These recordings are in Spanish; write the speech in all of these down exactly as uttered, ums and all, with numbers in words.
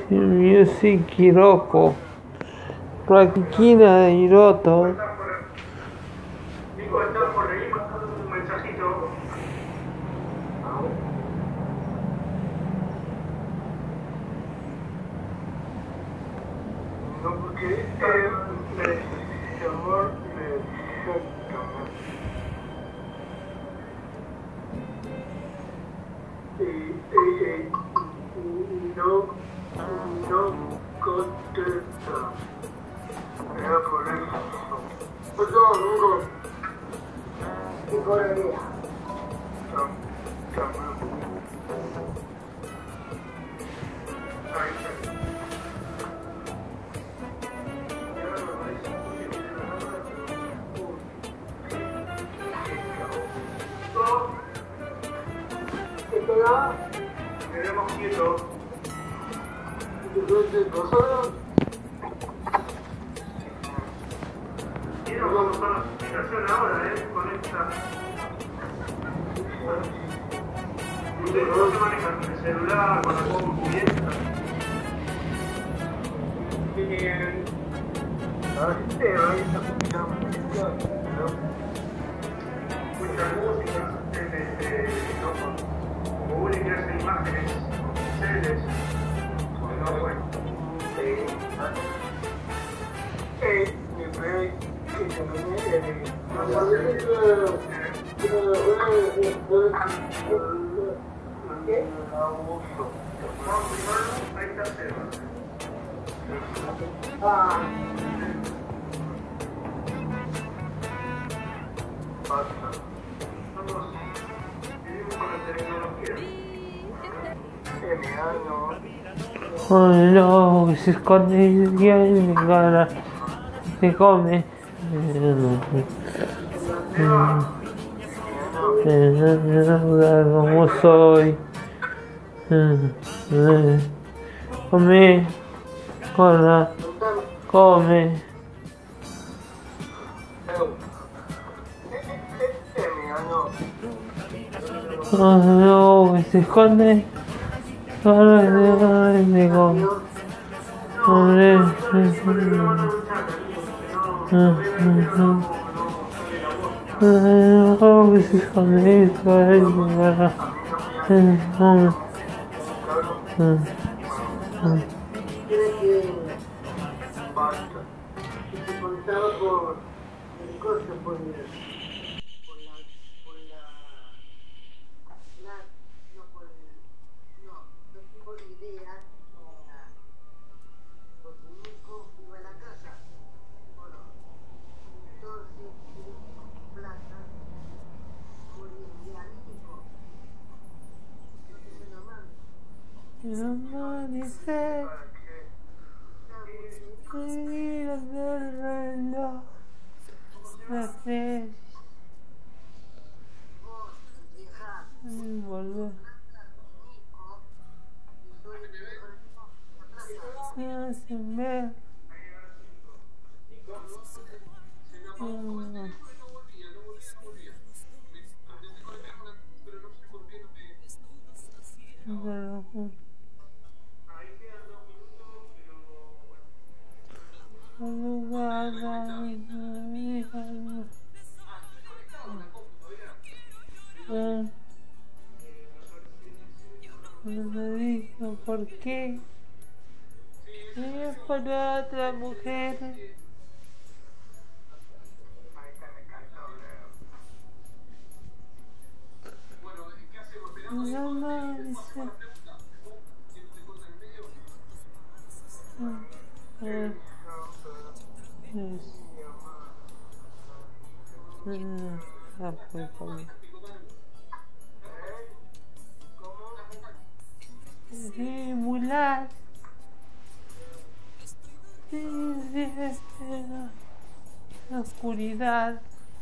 Music Hiroko, Rakikina de Hiroto. Nico, está por ahí mandando un mensajito. No, porque eh, me llamó, me y, y, y no, no contesta. Era por eso. Pues no, nunca. ¿Qué correría? ¿Qué queda? Queremos quietos. ¿Entonces nosotros? Quiero vamos a la aplicación ahora, ¿eh? Con esta. Ustedes no se manejan con el celular, con la compu y esta. Bien. Ahora sí te va a ir a mucha música, este, no, como únicas imágenes, píxeles, no, bueno. Eh, mi rey, que se me viene, ¿qué? Abuso. Vamos primero, ahí está Seba. Ah. Basta. Nosotros vivimos con la tecnología. Genial, ¿no? Oh no, que se esconde y en mi cara se come. Como soy. Come, corra, come. Oh no, que se esconde. Ahora se come. Hombre. Oh, que se esconde. Basta. Si te contaba por el costo, por el... por la... por la... la... no por el... no, no tengo ni idea, porque Nico iba a la casa, bueno, entonces con plata, por el a Nico, entonces se lo mando. No dice. Mira del reloj, las tres. Volver. No se ve. No. No dijo por qué. Es por otra mujer. No más. Ah, fue conmigo. Simular. La oscuridad.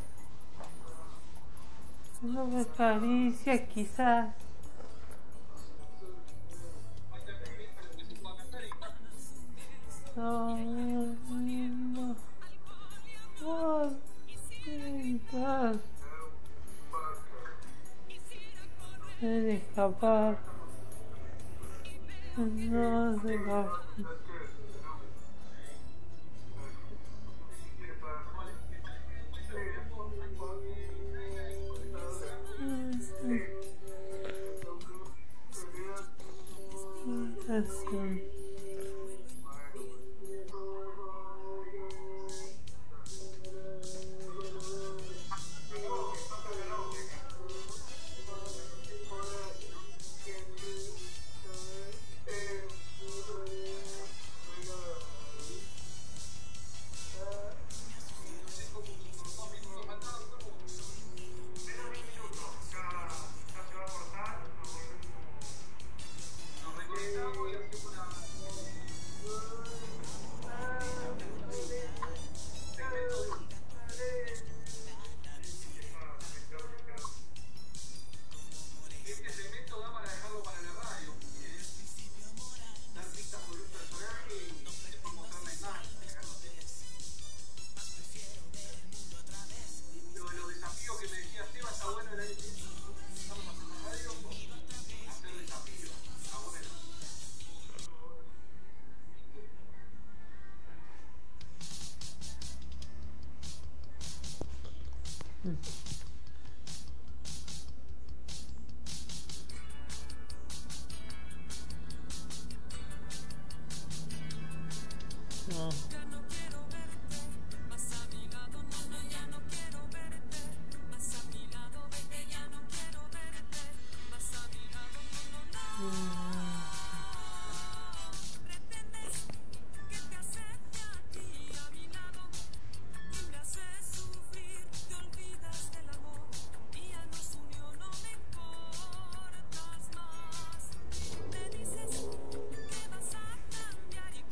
No me acaricia quizás. No, no, no, no, de escapar. No sé, no. That's, um,